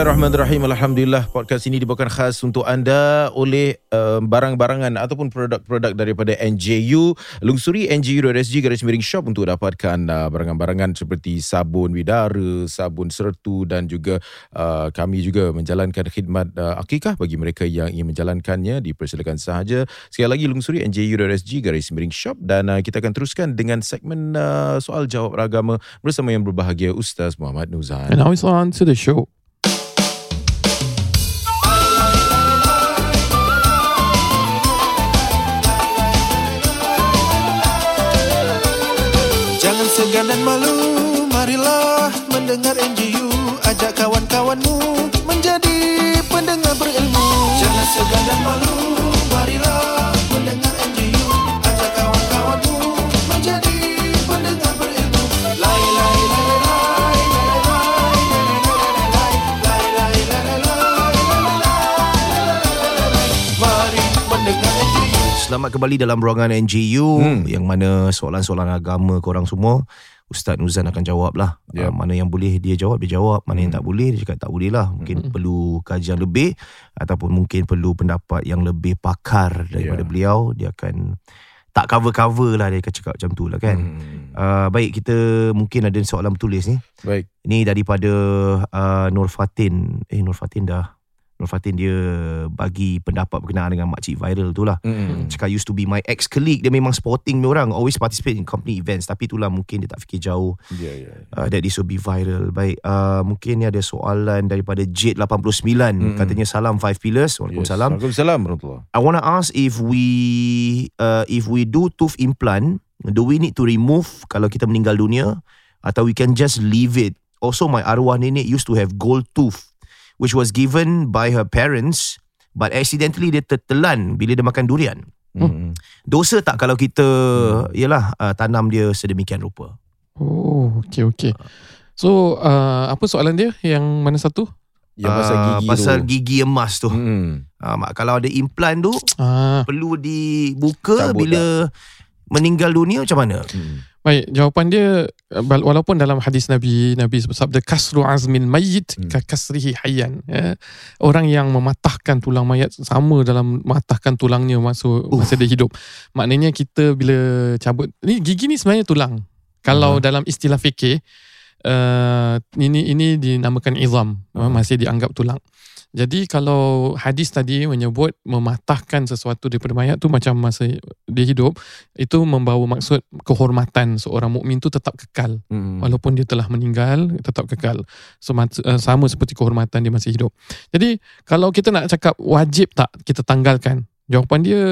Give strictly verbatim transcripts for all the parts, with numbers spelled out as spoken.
Bismillahirrahmanirrahim. Alhamdulillah, podcast ini dibawakan khas untuk anda oleh uh, barang-barangan ataupun produk-produk daripada N J U. Lungsuri N J U dot S G garis miring shop untuk dapatkan uh, barangan-barangan seperti sabun Widara, sabun Sertu, dan juga uh, kami juga menjalankan khidmat uh, akikah bagi mereka yang ingin menjalankannya. Dipersilakan sahaja. Sekali lagi, lungsuri N J U dot S G garis miring shop, dan uh, kita akan teruskan dengan segmen uh, soal jawab agama bersama yang berbahagia Ustaz Muhammad Nuzhan. And now it's on to the show. Segan dan malu, marilah mendengar N J U. Ajak kawan-kawanmu menjadi pendengar berilmu. Jangan segan dan malu, marilah mendengar N J U. Ajak kawan-kawanmu menjadi pendengar berilmu. Lai lai lai lai lai lai lai lai. Mari mendengar N J U. Selamat kembali dalam ruangan N J U, hmm. yang mana soalan-soalan agama korang semua Ustaz Nuzhan akan jawab lah. Yep. Uh, mana yang boleh dia jawab, dia jawab. Mana hmm. yang tak boleh, dia cakap tak boleh lah. Mungkin hmm. perlu kajian lebih, ataupun mungkin perlu pendapat yang lebih pakar daripada yeah. beliau. Dia akan tak cover-cover lah, dia akan cakap macam tu lah kan. hmm. uh, Baik, kita mungkin ada soalan bertulis ni. Baik. Ini daripada uh, Nur Fatin. Eh Nur Fatin dah Nur Fatin dia bagi pendapat berkenaan dengan makcik viral tu lah. Mm. Cakap used to be my ex-colleague. Dia memang sporting ni orang. Always participate in company events. Tapi itulah mungkin dia tak fikir jauh. Yeah, yeah. Uh, that this will be viral. Baik, uh, mungkin ni ada soalan daripada Jade lapan puluh sembilan. Mm. Katanya salam Five Pillars. Waalaikumsalam. Yes. Waalaikumsalam warahmatullahi. I want to ask if we uh, if we do tooth implant, do we need to remove kalau kita meninggal dunia, atau we can just leave it? Also, my arwah nenek used to have gold tooth, which was given by her parents, but accidentally dia tertelan bila dia makan durian. Hmm. Dosa tak kalau kita hmm. yalah uh, tanam dia sedemikian rupa? Oh, okay, okay. So, uh, apa soalan dia? Yang mana satu? Yang pasal gigi uh, pasal tu. gigi emas tu. Hmm. Uh, kalau ada implant tu, ah. perlu dibuka cabut bila tak? Meninggal dunia macam mana? Hmm. Baik, jawapan dia, walaupun dalam hadis Nabi, Nabi bersabda kasru azmin mayyit hmm. ka kasrihi hayyan, ya. Orang yang mematahkan tulang mayat sama dalam mematahkan tulangnya masuk uh. masa dia hidup. Maknanya kita bila cabut ni, gigi ni sebenarnya tulang. Kalau uh. dalam istilah fikir, uh, ini ini dinamakan izam, uh. masih dianggap tulang. Jadi kalau hadis tadi menyebut mematahkan sesuatu daripada mayat tu macam masa dia hidup, itu membawa maksud kehormatan seorang mukmin tu tetap kekal. Hmm. Walaupun dia telah meninggal, tetap kekal. Sama seperti kehormatan dia masih hidup. Jadi kalau kita nak cakap wajib tak kita tanggalkan, jawapan dia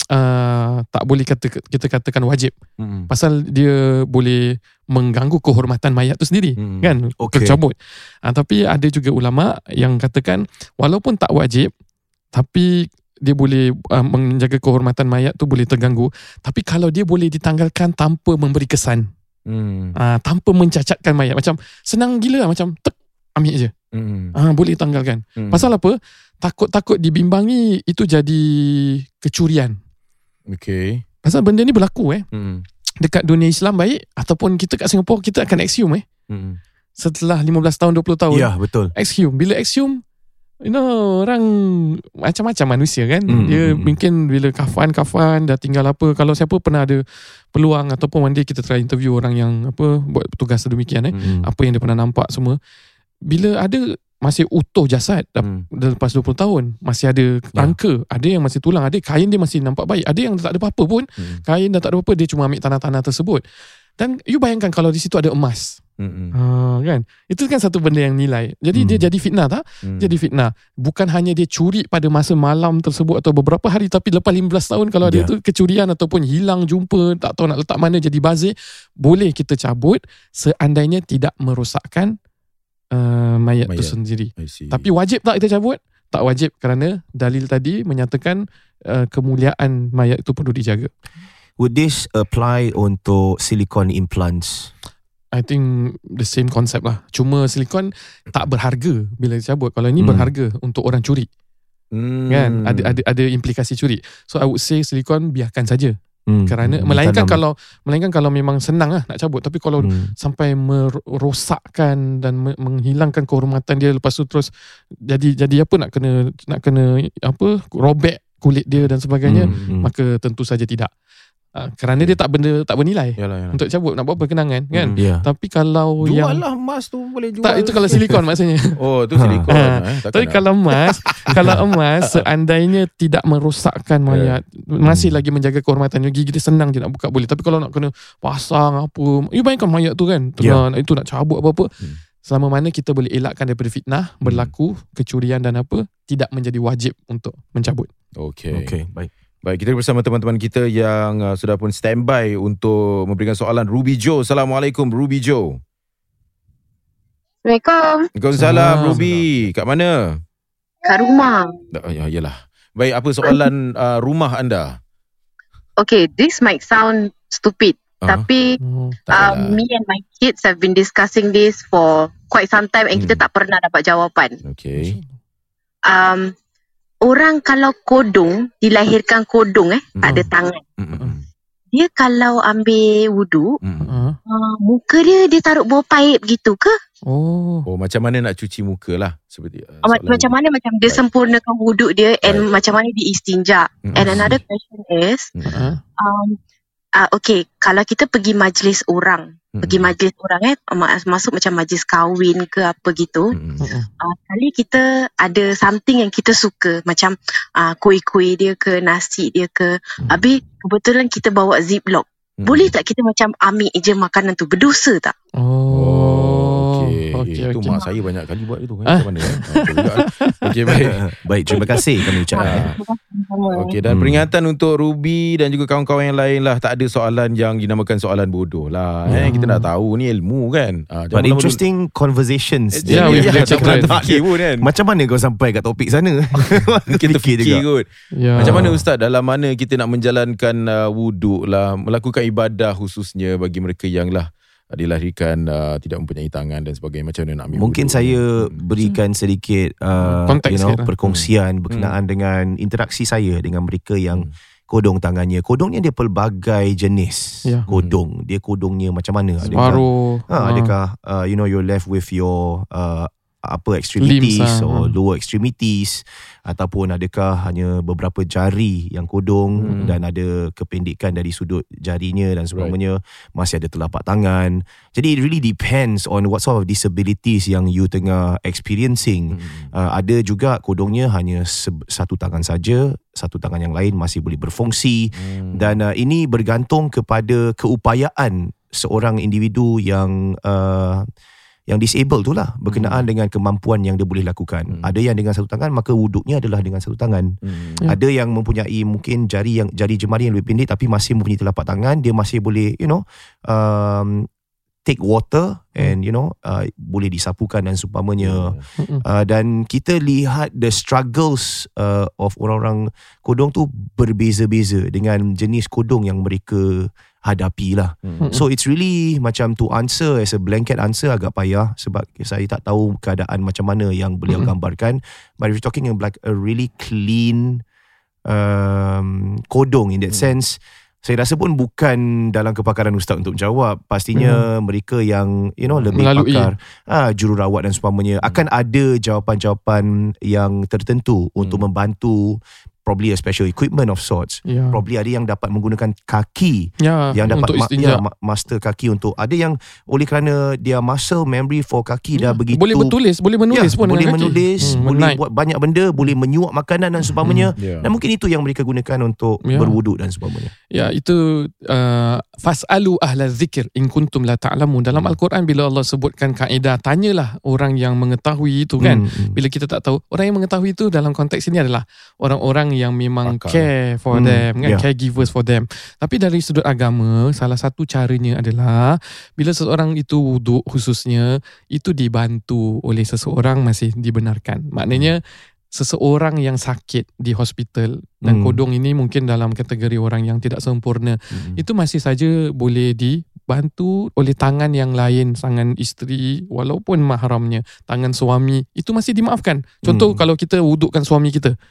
Uh, tak boleh kata, kita katakan wajib. Hmm. Pasal dia boleh mengganggu kehormatan mayat tu sendiri. Hmm. Kan? Okay. Tercabut. Uh, tapi ada juga ulama yang katakan walaupun tak wajib, tapi dia boleh uh, menjaga kehormatan mayat tu boleh terganggu. Tapi kalau dia boleh ditanggalkan tanpa memberi kesan, hmm. uh, tanpa mencacatkan mayat, macam senang gila lah, macam tek, ambil je. Hmm. Uh, boleh tanggalkan. Hmm. Pasal apa? Takut-takut dibimbangi itu jadi kecurian. Okay. Pasal benda ni berlaku eh. Hmm. Dekat dunia Islam baik, ataupun kita kat Singapura, kita akan exhume eh. Hmm. Setelah lima belas tahun, dua puluh tahun. Ya, betul. Exhume. Bila exhume, you know, orang macam-macam manusia kan. Hmm. Dia mungkin bila kafan-kafan dah tinggal apa. Kalau siapa pernah ada peluang ataupun one day kita try interview orang yang apa buat tugas sedemikian eh. Hmm. Apa yang dia pernah nampak semua. Bila ada masih utuh jasad hmm. lepas dua puluh tahun, masih ada rangka, ya. Ada yang masih tulang, ada kain dia masih nampak baik, ada yang tak ada apa-apa pun, hmm. kain dah tak ada apa-apa, dia cuma ambil tanah-tanah tersebut. Dan you bayangkan kalau di situ ada emas, hmm. ha, kan? Itu kan satu benda yang nilai. Jadi hmm. dia jadi fitnah tak? Hmm. Jadi fitnah. Bukan hanya dia curi pada masa malam tersebut atau beberapa hari, tapi lepas lima belas tahun kalau ada yeah. tu kecurian ataupun hilang jumpa, tak tahu nak letak mana, jadi bazir, boleh kita cabut seandainya tidak merosakkan Uh, mayat, mayat tu sendiri. Tapi wajib tak kita cabut? Tak wajib, kerana dalil tadi menyatakan uh, kemuliaan mayat itu perlu dijaga. Would this apply untuk silicone implants? I think the same concept lah. Cuma silikon tak berharga bila dicabut. Kalau ini hmm. berharga untuk orang curi. Hmm. Kan? Ada ada ada implikasi curi. So I would say silikon biarkan saja. Hmm. Kerana Hmm. melainkan Tanam. kalau melainkan kalau memang senang lah nak cabut, tapi kalau Hmm. sampai merosakkan dan me- menghilangkan kehormatan dia, lepas tu terus jadi jadi apa nak kena nak kena apa robek kulit dia dan sebagainya, Hmm. Hmm. maka tentu saja tidak. Uh, kerana dia tak benda tak bernilai Yalah, yalah. untuk cabut, nak buat apa kenangan kan. Hmm. Ya. Tapi kalau Jual yang lah emas tu, boleh jual. tak, itu kalau silikon maksudnya. Oh, tu silikon. Ha. eh. Takkan Tapi nak. kalau emas, kalau emas seandainya tidak merosakkan mayat, masih lagi menjaga kehormatan, gigi dia senang je nak buka boleh. Tapi kalau nak kena pasang apa, you bayangkan mayat tu kan, tengah itu nak cabut apa-apa. Hmm. Selama mana kita boleh elakkan daripada fitnah, berlaku kecurian dan apa, tidak menjadi wajib untuk mencabut. Okey. Okay, baik. Baik, kita bersama teman-teman kita yang uh, sudah pun standby untuk memberikan soalan. Ruby Joe. Assalamualaikum Ruby Joe. Assalamualaikum. Waalaikumsalam Ah. Ruby. Kat mana? Kat rumah. Oh, ya, yalah. Baik, apa soalan uh, rumah anda? Okay, this might sound stupid. Ah. Tapi Oh. Tak um, adalah. me and my kids have been discussing this for quite some time and Hmm. kita tak pernah dapat jawapan. Okey. Um, orang kalau kodong, dilahirkan kodong eh, tak ada Hmm. tangan. Mm-mm. Dia kalau ambil wuduk, Mm. Ah. uh, muka dia dia taruh bawah paip gitu ke? Oh. Oh, macam mana nak cuci muka lah seperti uh, Uh, soalan macam Ruby. mana macam dia Baik. sempurnakan wuduk dia and Baik. macam mana dia istinja. Mm. And another question is, Mm. Ah. um, uh, okay, kalau kita pergi majlis orang, Mm. pergi majlis orang eh, ma- masuk macam majlis kahwin ke apa gitu, Mm. Mm-mm. uh, sekali kita ada something yang kita suka, macam uh, kuih-kuih dia ke, nasi dia ke, Mm. habis kebetulan kita bawa ziplock, Mm. boleh tak kita macam ambil je makanan tu, berdosa tak? Oh, Oh. okey. Okey, Itu okey. mak saya banyak kali buat itu. Ah. Macam mana? Eh? Okey juga. Okey, baik. Baik, terima kasih kami ucapkan. Ah. Okey, dan Hmm. peringatan untuk Ruby dan juga kawan-kawan yang lain lah. Tak ada soalan yang dinamakan soalan bodoh lah. Eh, kita dah tahu ni ilmu kan. Ah, But jangan interesting conversations. lama-lama- Yeah, Eh, we ya, have tak pernah different. fikir pun kan. Macam mana kau sampai kat topik sana? Kita fikir kot. Ya. Macam mana Ustaz, dalam mana kita nak menjalankan uh, wuduk lah, melakukan ibadah khususnya bagi mereka yang lah dilahirkan uh, tidak mempunyai tangan dan sebagainya, macam mana nak ambil Mungkin wuduk saya ni? berikan sedikit uh, Konteks you know, sikit lah. perkongsian berkenaan dengan interaksi saya dengan mereka yang kodong tangannya. Kodongnya dia pelbagai jenis. Ya. Kodong. Dia kodongnya macam mana? Adakah, Separuh. ha, Ah. adakah uh, you know, you're left with your uh, upper extremities Limbs, ah. or lower extremities, ataupun adakah hanya beberapa jari yang kodong Hmm. dan ada kependekan dari sudut jarinya dan sebagainya, masih ada telapak tangan. Jadi it really depends on what sort of disabilities yang you tengah experiencing. Hmm. Uh, ada juga kodongnya hanya se- satu tangan saja, satu tangan yang lain masih boleh berfungsi. Hmm. Dan uh, ini bergantung kepada keupayaan seorang individu yang uh, yang disabled tu lah, berkenaan Hmm. dengan kemampuan yang dia boleh lakukan. Hmm. Ada yang dengan satu tangan, maka wuduknya adalah dengan satu tangan. Hmm. Ya. Ada yang mempunyai mungkin jari yang jari jemari yang lebih pendek tapi masih mempunyai telapak tangan, dia masih boleh, you know, um, take water and you know, uh, boleh disapukan dan seumpamanya. Mm-mm. Uh, dan kita lihat the struggles uh, of orang-orang kodong tu berbeza-beza dengan jenis kodong yang mereka hadapi lah. Hmm. So it's really macam to answer as a blanket answer agak payah sebab saya tak tahu keadaan macam mana yang beliau Mm-mm. gambarkan. But if you're talking about like a really clean um, kodong in that Mm. sense, saya rasa pun bukan dalam kepakaran Ustaz untuk menjawab. Pastinya mereka yang you know lebih Melalui. pakar, ah, jururawat dan seumpamanya, akan ada jawapan-jawapan yang tertentu untuk Hmm. membantu, probably a special equipment of sorts. Ya. Probably ada yang dapat menggunakan kaki Ya, yang dapat untuk ma- istinja. ya, ma- master kaki untuk, ada yang oleh kerana dia muscle memory for kaki dah Ya, begitu, boleh bertulis, boleh menulis ya, pun boleh dengan kaki. menulis, Hmm, boleh menaik. buat banyak benda, boleh menyuap makanan dan sebagainya. Ya. Dan mungkin itu yang mereka gunakan untuk Ya. berwuduk dan sebagainya. Ya, itu uh, fasalu ahla zikir in kuntum la ta'lamun. Dalam Hmm. Al-Quran bila Allah sebutkan kaedah, tanyalah orang yang mengetahui itu kan. Hmm, hmm. Bila kita tak tahu, orang yang mengetahui itu dalam konteks ini adalah orang-orang yang memang Pakar. care for Hmm, them kan, yeah. caregivers for them. Tapi dari sudut agama, salah satu caranya adalah bila seseorang itu wuduk khususnya, itu dibantu oleh seseorang masih dibenarkan. Maknanya seseorang yang sakit di hospital dan Hmm. kodong ini mungkin dalam kategori orang yang tidak sempurna, Hmm. itu masih saja boleh dibantu oleh tangan yang lain, tangan isteri walaupun mahramnya, tangan suami, itu masih dimaafkan. Contoh Hmm. kalau kita wudukkan suami kita,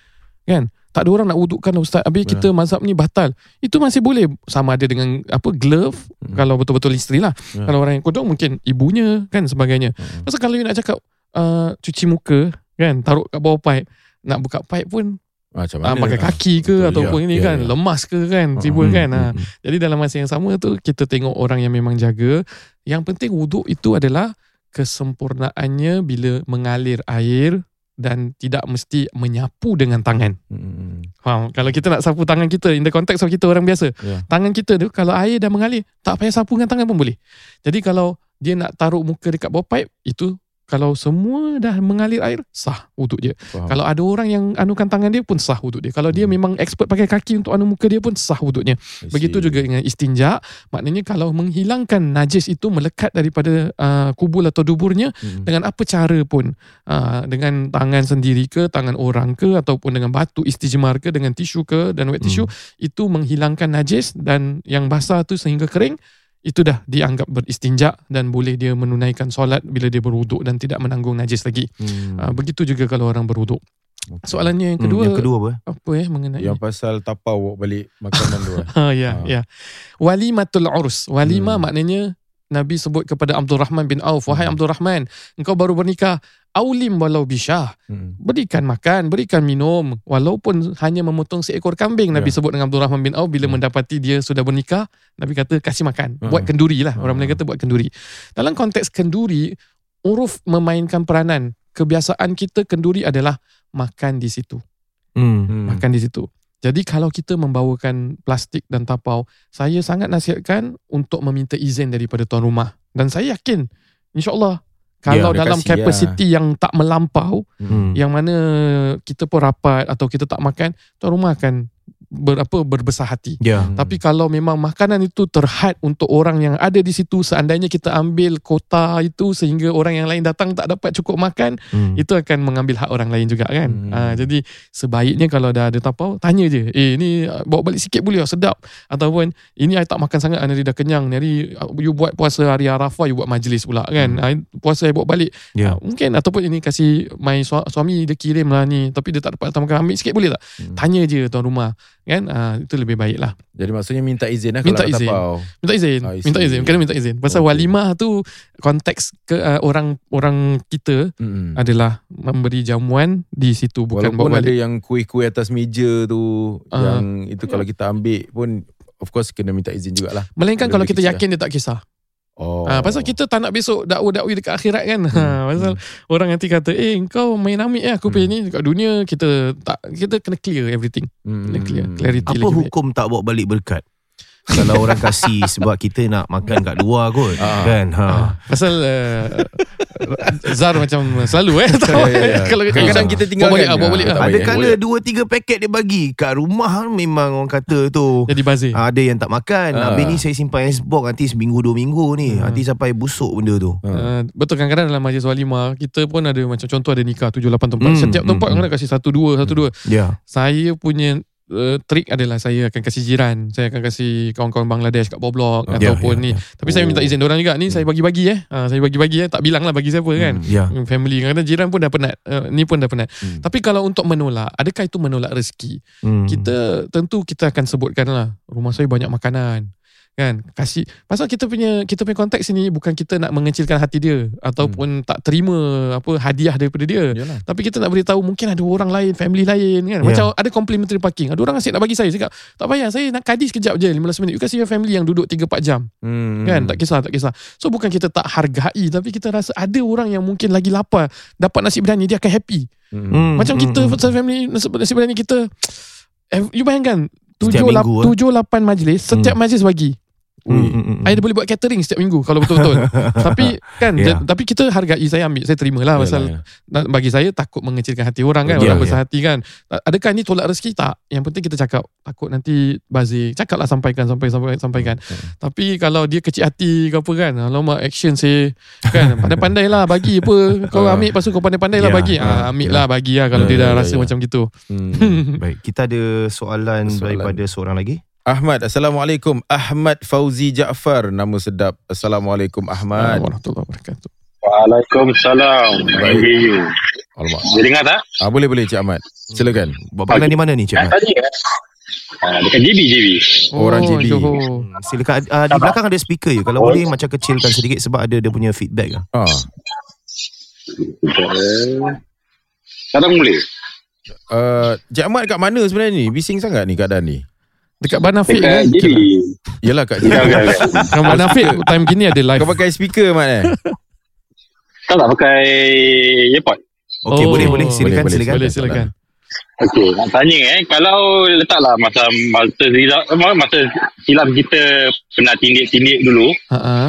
Kan? Tak ada orang nak wudukkan ustaz. Habis kita mazhab ni batal. Itu masih boleh. Sama ada dengan apa glove. Hmm. Kalau betul-betul isteri lah. Yeah. Kalau orang yang kodok mungkin ibunya kan sebagainya. Hmm. Pasal kalau you nak cakap uh, cuci muka kan, taruh kat bawah pipe. Nak buka pipe pun macam mana? Uh, pakai kaki ke betul, ataupun ya, ini ya, kan. Ya. Lemas ke kan. Tiba hmm, kan. Hmm, uh. hmm. Jadi dalam masa yang sama tu kita tengok orang yang memang jaga. Yang penting wuduk itu adalah kesempurnaannya bila mengalir air dan tidak mesti menyapu dengan tangan. Hmm. Faham? Kalau kita nak sapu tangan kita in the context of kita orang biasa, yeah. tangan kita tu kalau air dah mengalir, tak payah sapu dengan tangan pun boleh. Jadi kalau dia nak taruh muka dekat bawah pipe, itu kalau semua dah mengalir air, sah wuduk dia. Faham. Kalau ada orang yang anukan tangan dia pun sah wuduk dia. Kalau dia hmm. memang expert pakai kaki untuk anu muka dia pun sah wuduknya. Begitu juga dengan istinja. Maknanya kalau menghilangkan najis itu melekat daripada uh, kubul atau duburnya hmm. dengan apa cara pun. Uh, dengan tangan sendiri ke, tangan orang ke, ataupun dengan batu istijmar ke, dengan tisu ke dan wet tissue, hmm. itu menghilangkan najis dan yang basah tu sehingga kering. Itu dah dianggap beristinja dan boleh dia menunaikan solat bila dia berwuduk dan tidak menanggung najis lagi. Hmm. Uh, begitu juga kalau orang berwuduk. Okay. Soalannya yang kedua. Hmm, yang kedua apa? Apa eh mengenai? Yang pasal tapau bawa balik makanan tu. Ha ya, ha. ya. Walimatul urs. Walima hmm. maknanya Nabi sebut kepada Abdul Rahman bin Auf, wahai Abdul Rahman, engkau baru bernikah, aulim walau bisyah. Hmm. Berikan makan, berikan minum, walaupun hanya memotong seekor kambing. Nabi yeah. sebut dengan Abdul Rahman bin Auf bila hmm. mendapati dia sudah bernikah, Nabi kata kasih makan, hmm. buat kenduri lah. Orang Melayu kata buat kenduri. Dalam konteks kenduri, uruf memainkan peranan. Kebiasaan kita kenduri adalah makan di situ. Hmm. Makan di situ. Jadi kalau kita membawakan plastik dan tapau, saya sangat nasihatkan untuk meminta izin daripada tuan rumah. Dan saya yakin, insyaAllah, kalau ya, dalam kapasiti ya. yang tak melampau, hmm. yang mana kita pun rapat atau kita tak makan, tuan rumah akan ber, apa, berbesar hati. Ya. Tapi kalau memang makanan itu terhad untuk orang yang ada di situ, seandainya kita ambil kota itu sehingga orang yang lain datang tak dapat cukup makan, hmm. itu akan mengambil hak orang lain juga kan. Hmm. Ha, jadi sebaiknya kalau dah ada tapau, tanya je, eh ni bawa balik sikit boleh, sedap. Ataupun ini I tak makan sangat, ni dah kenyang, ni hari you buat puasa hari Arafah, you buat majlis pula kan. Hmm. Puasa I bawa balik. Yeah. Ha, mungkin ataupun ini kasih my suami dia kirim lah ni, tapi dia tak dapat datang makan, ambil sikit boleh tak? Hmm. Tanya je tuan rumah. Kan uh, itu lebih baik lah. Jadi maksudnya minta izin lah minta kalau izin. tapau. Minta izin. Minta izin. Kena minta izin. Pasal okay. walimah tu konteks ke uh, orang orang kita mm-hmm. adalah memberi jamuan di situ, bukan walaupun bawa balik. Ada yang kuih-kuih atas meja tu uh, yang itu kalau kita ambil pun of course kena minta izin jugalah. Melainkan kalau kita yakin dia tak kisah. Oh. Ha, pasal kita tak nak besok dakwa-dakwi dekat akhirat kan. Hmm. Ha, pasal hmm. orang nanti kata, eh kau main amik eh aku pergi hmm. ni. Dekat dunia kita tak, kita kena clear everything. Hmm. Kena clear, clarity. Apa hukum baik. Tak bawa balik berkat? Kalau orang kasih sebab kita nak makan kat luar kot. Ah. Kan? Ha. Ah. Pasal uh, Zar macam selalu eh. ya, ya, ya. Kalau kadang-kadang kita tinggal bawa balik, kan. Bawa balik, ha, ada kala dua tiga paket dia bagi. Kat rumah memang orang kata tu jadi bazir. Ada yang tak makan. Ah. Habis ni saya simpan icebox nanti seminggu dua minggu ni. Ah. Nanti sampai busuk benda tu. Uh, betul, kadang-kadang dalam majlis walimah kita pun ada macam contoh ada nikah tujuh lapan tempat. Hmm. Setiap tempat hmm. kena kasih satu dua satu dua. Yeah. Saya punya Uh, trik adalah saya akan kasih jiran, saya akan kasih kawan-kawan Bangladesh kat bawah blok uh, ataupun yeah, yeah, ni yeah. Tapi oh. saya minta izin diorang juga. Ni hmm. saya bagi-bagi eh uh, Saya bagi-bagi eh Tak bilang lah bagi siapa kan. hmm, yeah. Family, kadang-kadang jiran pun dah penat, uh, ni pun dah penat. hmm. Tapi kalau untuk menolak, adakah itu menolak rezeki? hmm. Kita tentu kita akan sebutkan lah, rumah saya banyak makanan kan, kasih. Pasal kita punya kita punya konteks ni bukan kita nak mengecilkan hati dia ataupun hmm. tak terima apa hadiah daripada dia. Yalah. Tapi kita nak beritahu mungkin ada orang lain, family lain kan. Macam yeah. ada complimentary parking. Ada orang asyik nak bagi saya, saya cakap tak payah, saya nak kadi sekejap je lima belas minit. You kasih your family yang duduk tiga empat jam. Hmm. Kan, tak kisah, tak kisah. So bukan kita tak hargai, tapi kita rasa ada orang yang mungkin lagi lapar, dapat nasi biryani dia akan happy. Hmm. Macam hmm. kita hmm. family nasi, nasi biryani kita, you bayangkan tujuh lapan majlis, setiap hmm. majlis bagi. Mm, mm, mm. I boleh buat catering setiap minggu kalau betul-betul. Tapi kan yeah. j- tapi kita hargai, saya ambil, saya terimalah pasal yeah, yeah. bagi saya takut mengecilkan hati orang kan, yeah, orang besar yeah. hati kan. Adakah ni tolak rezeki? Tak. Yang penting kita cakap, takut nanti bazir. Cakaplah, sampaikan sampai sampai sampaikan. Mm. Tapi kalau dia kecil hati ke apa kan, alamak action saya kan, pandai-pandai lah bagi apa. Kau ambil lepas tu kau pandai-pandai lah yeah, bagi. Ah, ambil yeah. lah bagi lah kalau yeah, dia dah yeah, rasa yeah. macam gitu. Hmm. Baik, kita ada soalan, soalan daripada seorang lagi. Ahmad, Assalamualaikum. Ahmad Fauzi Jaafar, nama sedap. Assalamualaikum Ahmad. Warahmatullahi wabarakatuh. Waalaikumsalam. Baik. Alamak. Boleh dengar tak? Ah, boleh boleh Cik Ahmad. Silakan. Buat panggilan di mana ni Cik Ah, Ahmad? tadi kan? Ah, dekat J B, J B. Orang J B. Johor. Hmm, Silakan uh, di belakang ada speaker je. Kalau Oh. boleh macam kecilkan sedikit sebab ada dia punya feedback lah. Ah. Sekarang boleh? Uh, Cik Ahmad kat mana sebenarnya ni? Bising sangat ni keadaan ni. Dekat Banafik Dekat kan? J B. Yelah kat J B. Okey, okey, okey. Kan Banafik time gini ada live. Kau pakai speaker Mat eh? Tak tak pakai earpod. Okey, Oh. boleh boleh silakan Boleh, silakan. Boleh silakan. Okey, nak tanya eh, kalau letaklah masa masa silap, masa silap kita pernah tindik-tindik dulu, Ha.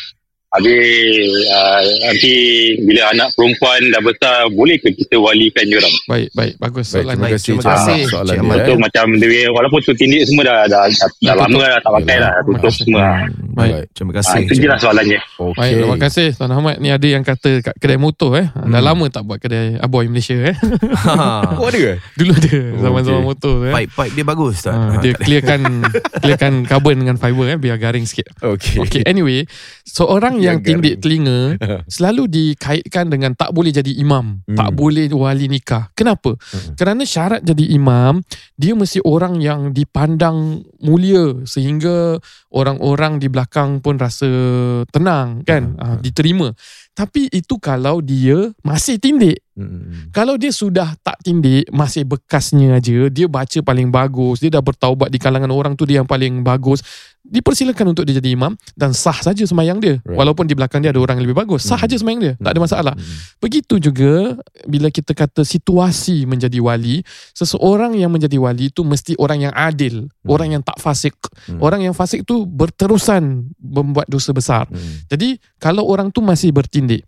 habis uh, nanti bila anak perempuan dah besar, boleh ke kita walikan dia orang? Baik, baik. Bagus Baik, soalan. terima Baik, kasih terima Cik Ahmad kasih, soalan Cik dia. Ahmad. eh. So macam dia, walaupun tu tindik semua dah dah, dah, dah, dah lama dah tak pakai dah, tutup Yalah. semua. Baik. Baik. Terima Ah, kasih. itu je lah soalannya. Okey. Baik, terima kasih Tuan Ahmad. Ni ada yang kata kat kedai motor eh. Dah Hmm. lama tak buat kedai Aboy Malaysia eh. Ha. Oh ada ke? Dulu ada zaman-zaman Okey. motor eh. Pipe-pipe dia bagus tak? Ha, dia clearkan clearkan carbon dengan fiber eh biar garing sikit. Okey. Okay, anyway, seorang yang Yang tindik garing. telinga selalu dikaitkan dengan tak boleh jadi imam, Hmm. tak boleh wali nikah. Kenapa? Hmm. Kerana syarat jadi imam, dia mesti orang yang dipandang mulia sehingga orang-orang di belakang pun rasa tenang kan, Hmm. ah, diterima. Tapi itu kalau dia masih tindik. Hmm. Kalau dia sudah tak tindik, masih bekasnya aja, dia baca paling bagus, dia dah bertaubat di kalangan orang tu dia yang paling bagus, dipersilakan untuk dia jadi imam dan sah saja sembahyang dia. Right. Walaupun di belakang dia ada orang yang lebih bagus, sah Hmm. saja sembahyang dia, tak ada masalah. Hmm. Begitu juga bila kita kata situasi menjadi wali, seseorang yang menjadi wali itu mesti orang yang adil, Hmm. orang yang tak fasik. Hmm. Orang yang fasik tu berterusan membuat dosa besar. Hmm. Jadi kalau orang tu masih bertindik,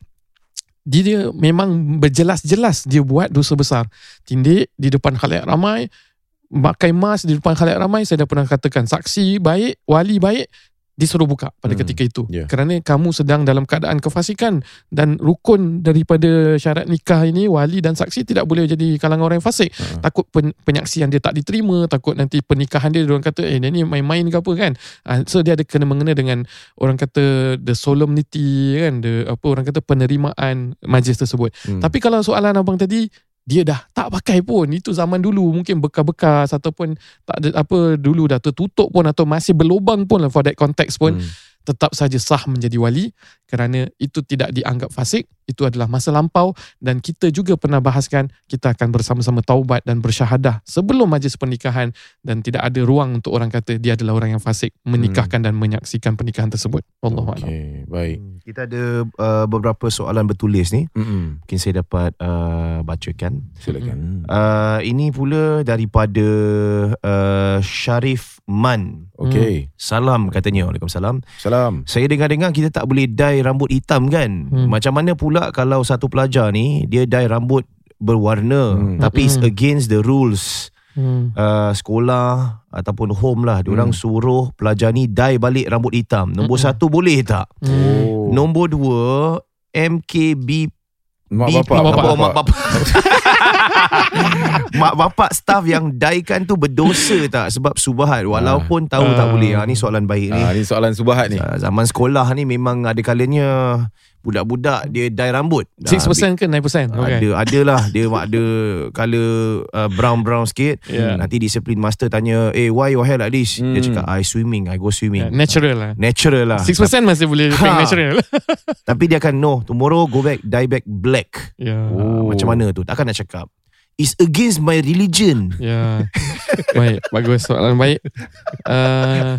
dia memang berjelas-jelas dia buat dosa besar. Tindik di depan khalayak ramai, pakai mask di depan khalayak ramai, saya dah pernah katakan saksi baik, wali baik, disuruh buka pada Hmm, ketika itu. yeah. Kerana kamu sedang dalam keadaan kefasikan dan rukun daripada syarat nikah ini, wali dan saksi tidak boleh jadi kalangan orang yang fasik. Ha. Takut pen, penyaksian dia tak diterima, takut nanti pernikahan dia orang kata eh dia ni main-main ke apa kan. Uh, so dia ada kena mengena dengan orang kata the solemnity kan, the apa orang kata penerimaan majlis tersebut. Hmm. Tapi kalau soalan abang tadi, dia dah tak pakai pun. Itu zaman dulu mungkin bekas-bekas ataupun tak ada apa dulu dah tertutup pun atau masih berlubang pun lah for that context pun. Hmm. Tetap saja sah menjadi wali kerana itu tidak dianggap fasik, itu adalah masa lampau dan kita juga pernah bahaskan kita akan bersama-sama taubat dan bersyahadah sebelum majlis pernikahan dan tidak ada ruang untuk orang kata dia adalah orang yang fasik menikahkan dan menyaksikan pernikahan tersebut. Wallahu a'lam. Okey, baik. Kita ada uh, beberapa soalan bertulis ni. Hmm. Mungkin saya dapat uh, bacakan. Silakan. Uh, ini pula daripada uh, Syarif Man. Okey. Salam katanya. Waalaikumsalam. Salam. Saya dengar-dengar kita tak boleh dye rambut hitam kan. Hmm. Macam mana pula kalau satu pelajar ni dia dye rambut berwarna Hmm. tapi it's Hmm. against the rules. Hmm. Uh, sekolah ataupun home lah, diorang Hmm. suruh pelajar ni dye balik rambut hitam. Nombor Hmm. satu boleh tak? Oh. Nombor dua M K B Mak B- bapak. mak bapak. Oh, mak bapak. Mak bapak staff yang dyekan tu berdosa tak sebab subahat walaupun tahu tak Ah. boleh. Ha, ni soalan baik ni. Ah, ni soalan subahat ni. Ah, Zaman sekolah ni memang ada kalanya budak-budak dia dye rambut. six percent ke nine percent? Okay. Ada adalah dia ada color uh, brown-brown sikit. Yeah. Nanti disiplin master tanya, "Eh, why your hair like this?" Hmm. Dia cakap, "I swimming, I go Yeah, swimming." natural lah. Natural lah. six percent masih boleh Ha. ha. natural. Tapi dia akan no, tomorrow go back dye back black. Ya. Oh. Ah, Macam mana tu? Takkan nak cakap. It's against my religion. Ya. Baik, bagus soalan baik. Uh,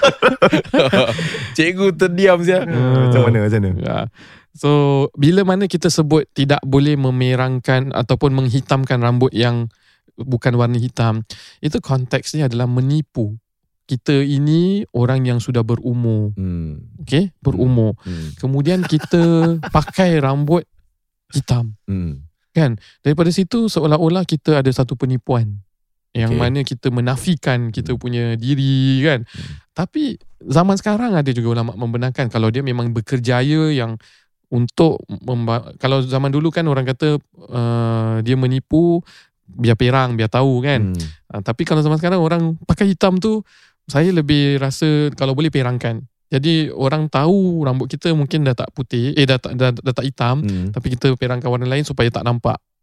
Cikgu terdiam saja. Macam mana? Macam mana? ya. So, bila mana kita sebut tidak boleh memerangkan ataupun menghitamkan rambut yang bukan warna hitam, itu konteksnya adalah menipu. Kita ini orang yang sudah berumur, Hmm. okay? Berumur. Hmm. Kemudian kita pakai rambut hitam. Hmm. Kan? Daripada situ seolah-olah kita ada satu penipuan yang Okay. mana kita menafikan kita punya diri kan. Hmm. Tapi zaman sekarang ada juga ulama membenarkan kalau dia memang berkerjaya yang untuk memba- kalau zaman dulu kan orang kata uh, dia menipu biar perang, biar tahu kan. Hmm. Uh, tapi kalau zaman sekarang orang pakai hitam tu, saya lebih rasa kalau boleh perangkan. Jadi orang tahu rambut kita mungkin dah tak putih, eh dah tak, dah, dah tak hitam, Hmm. tapi kita perangkan warna lain supaya tak nampak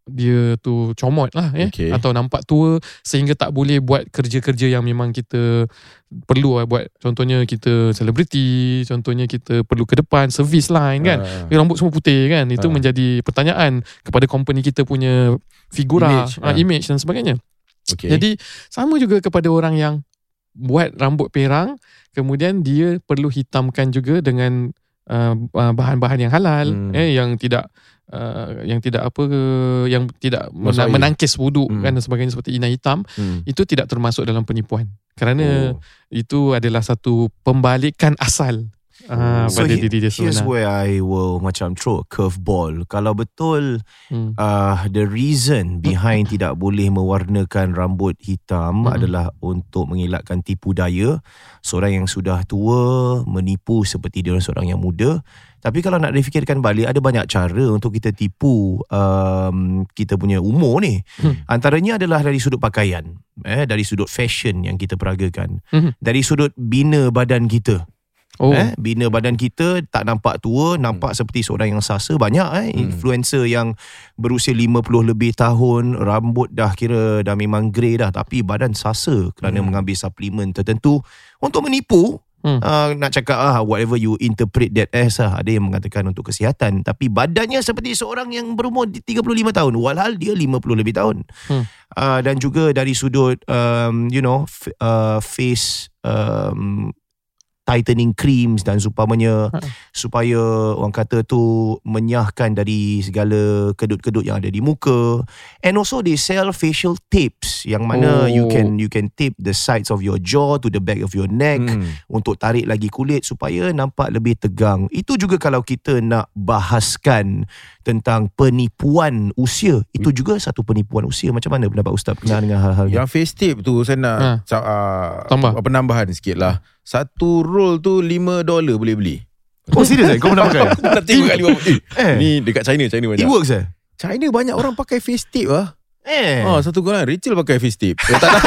dia tu comot lah eh? Okay. Atau nampak tua sehingga tak boleh buat kerja-kerja yang memang kita perlu lah buat. Contohnya kita selebriti, contohnya kita perlu ke depan, service line kan. Ah. Rambut semua putih kan. Itu Ah. menjadi pertanyaan kepada company kita punya figura, Image, image, uh, ah. image dan sebagainya. Okay. Jadi sama juga kepada orang yang buat rambut perang, kemudian dia perlu hitamkan juga dengan uh, bahan-bahan yang halal, Hmm. eh, yang tidak uh, yang tidak apa yang tidak Masuk air. menangkis wuduk Hmm. kan dan sebagainya seperti inai hitam, Hmm. itu tidak termasuk dalam penipuan kerana Oh. itu adalah satu pembalikan asal uh, So pada he- diri dia here's sebenar. where I will macam throw a curveball. Kalau betul Hmm. uh, the reason behind tidak boleh mewarnakan rambut hitam Mm-mm. adalah untuk mengelakkan tipu daya seorang yang sudah tua menipu seperti dia orang seorang yang muda. Tapi kalau nak difikirkan balik, ada banyak cara untuk kita tipu um, kita punya umur ni. Hmm. Antaranya adalah dari sudut pakaian, eh, dari sudut fashion yang kita peragakan, Mhm. dari sudut bina badan kita. Oh. Eh, bina badan kita tak nampak tua, nampak seperti seorang yang sasa. Banyak eh Hmm. influencer yang berusia lima puluh lebih tahun, rambut dah kira dah memang grey dah, tapi badan sasa kerana Hmm. mengambil suplemen tertentu untuk menipu. Hmm. Uh, nak cakap ah whatever you interpret that as lah. Ada yang mengatakan untuk kesihatan, tapi badannya seperti seorang yang berumur tiga puluh lima tahun walhal dia lima puluh lebih tahun. Hmm. Uh, dan juga dari sudut um, you know f- uh, face um, tightening creams dan seumpamanya, Ha. supaya orang kata tu menyahkan dari segala kedut-kedut yang ada di muka. And also they sell facial tapes yang mana Oh. you can you can tape the sides of your jaw to the back of your neck Hmm. untuk tarik lagi kulit supaya nampak lebih tegang. Itu juga kalau kita nak bahaskan tentang penipuan usia, itu juga satu penipuan usia. Macam mana pendapat Ustaz kenal dengan hal-hal ni? Yang face tape tu saya nak Ha. ca- uh, Tambah. penambahan sikit lah. Satu roll tu lima dolar boleh beli. Oh serius eh? Kau pernah pakai? Aku pernah tengok kat lima eh, Eh, Ni dekat China, China banyak. it works eh? China banyak orang pakai face tape lah. Eh. Oh, satu gulung Rachel pakai face tape. Eh, tak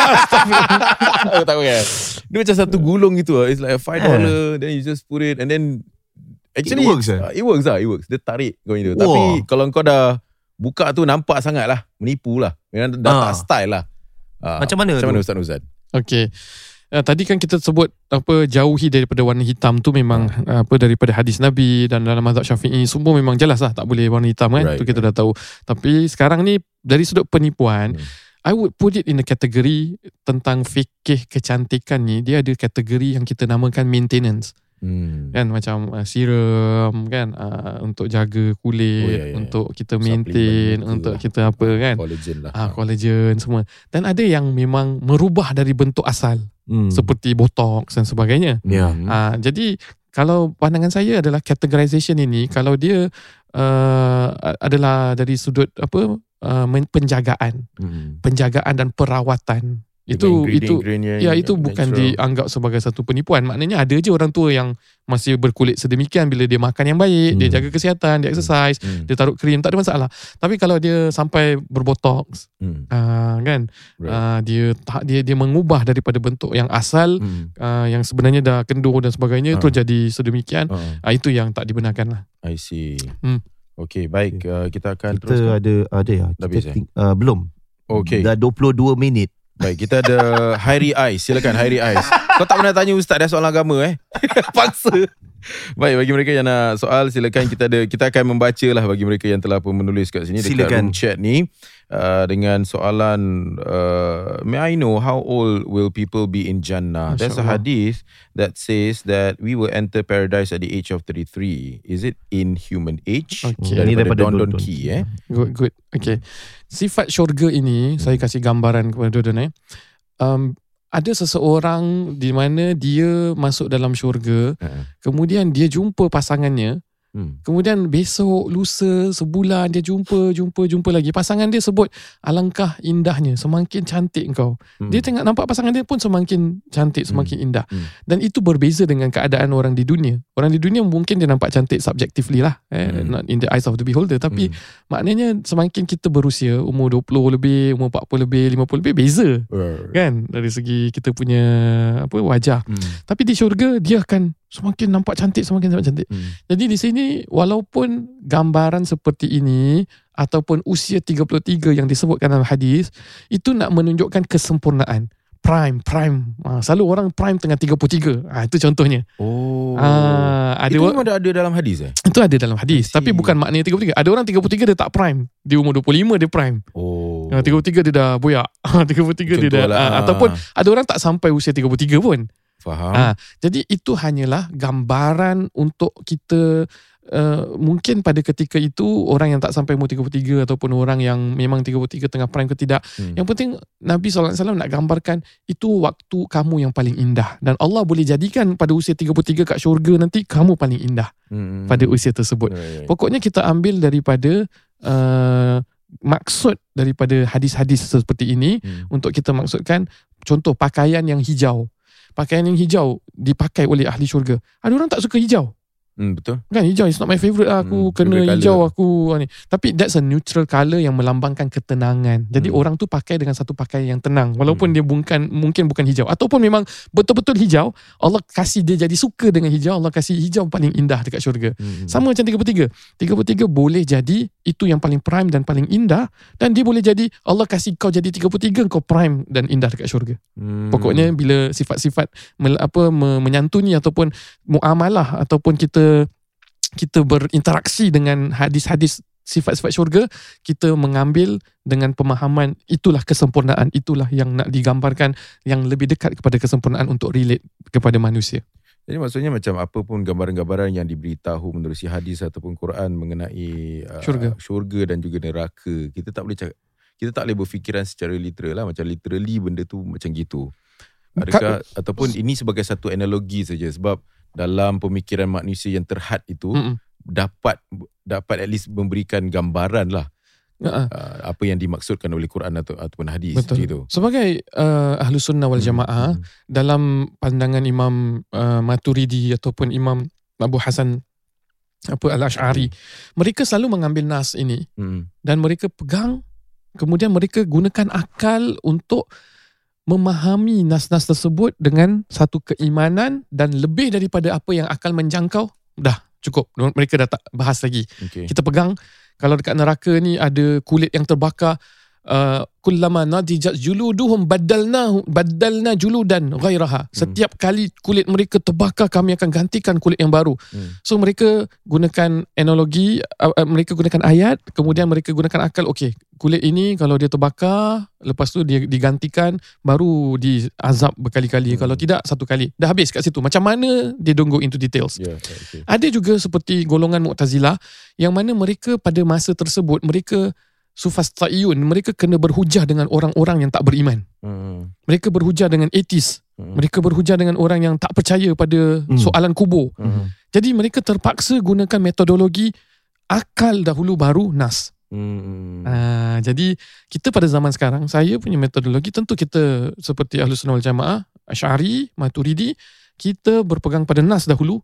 tak tak pakai. Dia macam satu gulung gitu lah. It's like a five dollar. Then you just put it and then actually It works, eh? uh, It works lah. It works. Dia tarik kau itu. Wah. Tapi kalau kau dah buka tu nampak sangat lah, menipu lah. Memang dah Ah. tak style lah. Ah, Macam mana Macam tu? mana Ustaz Nuzan? Okey. Uh, tadi kan kita sebut apa jauhi daripada warna hitam tu memang uh, apa daripada hadis Nabi dan dalam mazhab Syafi'i semua memang jelas lah tak boleh warna hitam kan. Right, Itu kita dah tahu. Tapi sekarang ni dari sudut penipuan, Hmm. I would put it in a kategori tentang fikih kecantikan ni, dia ada kategori yang kita namakan maintenance. Hmm. Kan macam uh, serum kan uh, untuk jaga kulit, Oh, ya, ya, ya. untuk kita Suplemen maintain, muka untuk lah. kita apa kan. Collagen lah. Ah, collagen semua. Dan ada yang memang merubah dari bentuk asal Hmm. seperti botox dan sebagainya. Ya. Hmm. Ah, jadi kalau pandangan saya adalah categorization ini, kalau dia uh, adalah dari sudut apa uh, men- penjagaan, Hmm. penjagaan dan perawatan. Itu Dengan itu ingredient-ingredient ya yang itu bukan natural. dianggap sebagai satu penipuan. Maknanya ada je orang tua yang masih berkulit sedemikian bila dia makan yang baik, dia Hmm. jaga kesihatan, dia exercise, Hmm. dia taruh krim, tak ada masalah. Tapi kalau dia sampai berbotox, Hmm. uh, kan, Right. uh, dia tak dia dia mengubah daripada bentuk yang asal Hmm. uh, yang sebenarnya dah kendur dan sebagainya, itu Ah. jadi sedemikian. Ah, Uh, itu yang tak dibenarkan lah. I see. Hmm. Okay, baik. Uh, kita akan Kita teruskan. ada ada ya. Dah Kita habis, eh? ting- uh, belum. Okay. Dah dua puluh dua minit. Baik, kita ada Hairi Ais. Silakan Hairi Ais. Kau tak pernah tanya Ustaz dah soal agama eh? Paksa. Baik, bagi mereka yang nak soal, silakan. Kita ada kita akan membaca lah bagi mereka yang telah pun menulis kat sini dekat Silakan. room chat ni uh, dengan soalan uh, may I know how old will people be in Jannah? Masya There's a Allah. hadith that says that we will enter paradise at the age of thirty-three. Is it in human age? Okay. Ini Daripada daripada Don Don Don Don Key Key. eh. Good, good. Okay. Sifat syurga ini, saya kasih gambaran kepada Dodon eh. Um, ada seseorang di mana dia masuk dalam syurga, Uh-huh. kemudian dia jumpa pasangannya, Hmm. kemudian besok, lusa, sebulan dia jumpa, jumpa, jumpa lagi. Pasangan dia sebut, alangkah indahnya, semakin cantik kau. Hmm. Dia tengok nampak pasangan dia pun semakin cantik, semakin indah. Hmm. Dan itu berbeza dengan keadaan orang di dunia. Orang di dunia mungkin dia nampak cantik subjectively lah, eh? Hmm. Not in the eyes of the beholder. Tapi Hmm. maknanya semakin kita berusia, umur dua puluh lebih, umur empat puluh lebih, lima puluh lebih, beza Uh, kan dari segi kita punya apa wajah. hmm. Tapi di syurga dia akan semakin nampak cantik, semakin nampak cantik. Hmm. Jadi di sini walaupun gambaran seperti ini ataupun usia tiga puluh tiga yang disebutkan dalam hadis, itu nak menunjukkan kesempurnaan. Prime, prime. Ha, selalu orang prime tengah tiga puluh tiga. Ha, itu contohnya. Oh. Ha, ada itu memang ada, ada dalam hadis eh? Itu ada dalam hadis. Tapi bukan maknanya tiga puluh tiga. Ada orang tiga puluh tiga dia tak prime. Di umur dua puluh lima dia prime. Oh. Ha, tiga puluh tiga dia dah boyak. tiga puluh tiga dia dah. Ha, ataupun ada orang tak sampai usia tiga puluh tiga pun. Faham. Ha, jadi itu hanyalah gambaran untuk kita. Uh, mungkin pada ketika itu orang yang tak sampai umur tiga puluh tiga ataupun orang yang memang tiga puluh tiga tengah prime ke tidak, hmm. yang penting Nabi sallallahu alaihi wasallam nak gambarkan itu waktu kamu yang paling indah, dan Allah boleh jadikan pada usia tiga puluh tiga kat syurga nanti kamu paling indah hmm. pada usia tersebut. right. Pokoknya kita ambil daripada uh, maksud daripada hadis-hadis seperti ini hmm. untuk kita maksudkan. Contoh pakaian yang hijau, pakaian yang hijau dipakai oleh ahli syurga. Ada orang tak suka hijau. Hmm, betul. Kan hijau is not my favourite lah. Aku hmm, kena hijau colour. Aku ni. Tapi that's a neutral colour yang melambangkan ketenangan. Jadi hmm. orang tu pakai dengan satu pakaian yang tenang walaupun hmm. dia bukan mungkin bukan hijau ataupun memang betul-betul hijau. Allah kasih dia jadi suka dengan hijau. Allah kasih hijau paling indah dekat syurga. Hmm. Sama macam tiga puluh tiga. tiga puluh tiga boleh jadi itu yang paling prime dan paling indah, dan dia boleh jadi Allah kasih kau jadi tiga puluh tiga kau prime dan indah dekat syurga. Hmm. Pokoknya bila sifat-sifat apa menyantuni ataupun muamalah ataupun kita kita berinteraksi dengan hadis-hadis sifat-sifat syurga, kita mengambil dengan pemahaman itulah kesempurnaan, itulah yang nak digambarkan, yang lebih dekat kepada kesempurnaan untuk relate kepada manusia. Jadi maksudnya macam apa pun gambaran-gambaran yang diberitahu menerusi hadis ataupun Quran mengenai uh, syurga. syurga dan juga neraka, kita tak boleh cakap, kita tak boleh berfikiran secara literal lah, macam literally benda tu macam gitu. Adakah Ka- ataupun ini sebagai satu analogi saja, sebab dalam pemikiran manusia yang terhad itu Mm-mm. dapat dapat at least memberikan gambaran lah uh-uh. uh, apa yang dimaksudkan oleh Quran atau ataupun hadis. Betul. Gitu. Sebagai uh, Ahlus Sunnah wal Jamaah, hmm. dalam pandangan Imam uh, Maturidi ataupun Imam Abu Hasan apa Al-Ash'ari, mereka selalu mengambil nas ini hmm. dan mereka pegang, kemudian mereka gunakan akal untuk memahami nas-nas tersebut dengan satu keimanan, dan lebih daripada apa yang akal menjangkau, dah cukup. Mereka dah tak bahas lagi. Okay. Kita pegang, kalau dekat neraka ni ada kulit yang terbakar, uh, kullama nadijat juluduhum badalna badalna juludan ghairaha. Hmm. Setiap kali kulit mereka terbakar, kami akan gantikan kulit yang baru. Hmm. So mereka gunakan analogi, uh, uh, mereka gunakan ayat, kemudian mereka gunakan akal. Okey, kulit ini kalau dia terbakar, lepas tu dia digantikan, baru diazab berkali-kali. Hmm. Kalau tidak, satu kali. Dah habis kat situ. Macam mana, they don't go into details. Yeah, okay. Ada juga seperti golongan Mu'tazilah yang mana mereka pada masa tersebut, mereka sufasta'iyun, mereka kena berhujah dengan orang-orang yang tak beriman. Hmm. Mereka berhujah dengan atheist. Hmm. Mereka berhujah dengan orang yang tak percaya pada hmm. soalan kubur. Hmm. Jadi mereka terpaksa gunakan metodologi akal dahulu baru nas. Hmm. Uh, jadi kita pada zaman sekarang, saya punya metodologi, tentu kita seperti Ahlus Sunnah wal Jamaah, Asy'ari, Maturidi, kita berpegang pada nas dahulu,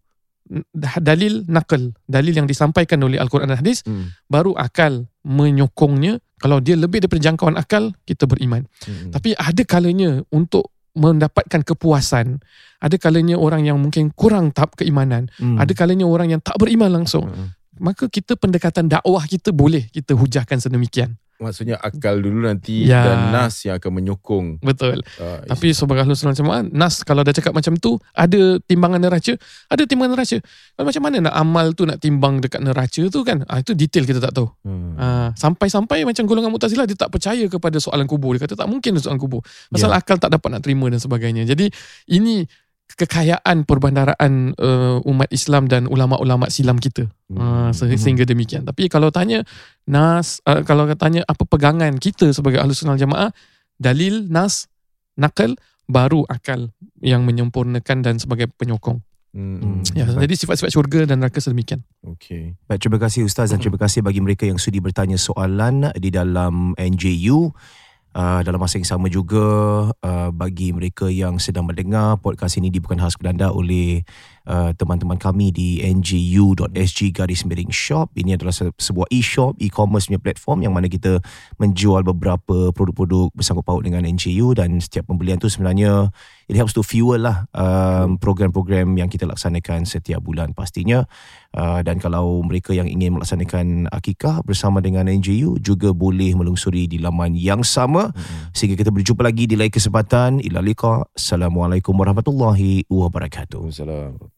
dalil nakal, dalil yang disampaikan oleh Al-Quran dan Hadis, hmm. baru akal menyokongnya. Kalau dia lebih daripada jangkauan akal, kita beriman. Hmm. Tapi ada kalanya untuk mendapatkan kepuasan, ada kalanya orang yang mungkin kurang tahap keimanan, hmm. ada kalanya orang yang tak beriman langsung, hmm. maka kita pendekatan dakwah kita boleh kita hujahkan sedemikian. Maksudnya akal dulu nanti ya. Dan nas yang akan menyokong. Betul. Uh, Tapi sebagai Ahlus Sunnah wal Jamaah, nas kalau dah cakap macam tu, ada timbangan neraca, ada timbangan neraca. Macam mana nak amal tu nak timbang dekat neraca tu kan? Ah, itu detail kita tak tahu. Hmm. Ah, sampai-sampai macam golongan Mu'tazilah, dia tak percaya kepada soalan kubur. Dia kata tak mungkin ada soalan kubur. Pasal yeah. akal tak dapat nak terima dan sebagainya. Jadi ini kekayaan perbandaraan uh, umat Islam dan ulama-ulama silam kita, hmm. uh, sehingga demikian. Tapi kalau tanya nas, uh, kalau tanya apa pegangan kita sebagai Ahlus Sunnah wal Jamaah, dalil, nas, nakal, baru akal yang menyempurnakan dan sebagai penyokong. Hmm. Ya, jadi sifat-sifat syurga dan neraka sedemikian. Okey. Baik, terima kasih Ustaz, dan terima kasih bagi mereka yang sudi bertanya soalan di dalam N J U. Uh, dalam masa yang sama juga, uh, bagi mereka yang sedang mendengar podcast ini dibuatkan khas kepada anda oleh uh, teman-teman kami di n j u dot s g garis miring shop. Ini adalah se- sebuah e-shop, e-commerce punya platform yang mana kita menjual beberapa produk-produk bersangkut paut dengan N J U, dan setiap pembelian tu sebenarnya it helps to fuel lah um, program-program yang kita laksanakan setiap bulan pastinya. Uh, dan kalau mereka yang ingin melaksanakan akikah bersama dengan N J U juga boleh melungsuri di laman yang sama. Mm-hmm. Sehingga kita berjumpa lagi di lain kesempatan. Ila liqa. Assalamualaikum warahmatullahi wabarakatuh. Waalaikumsalam.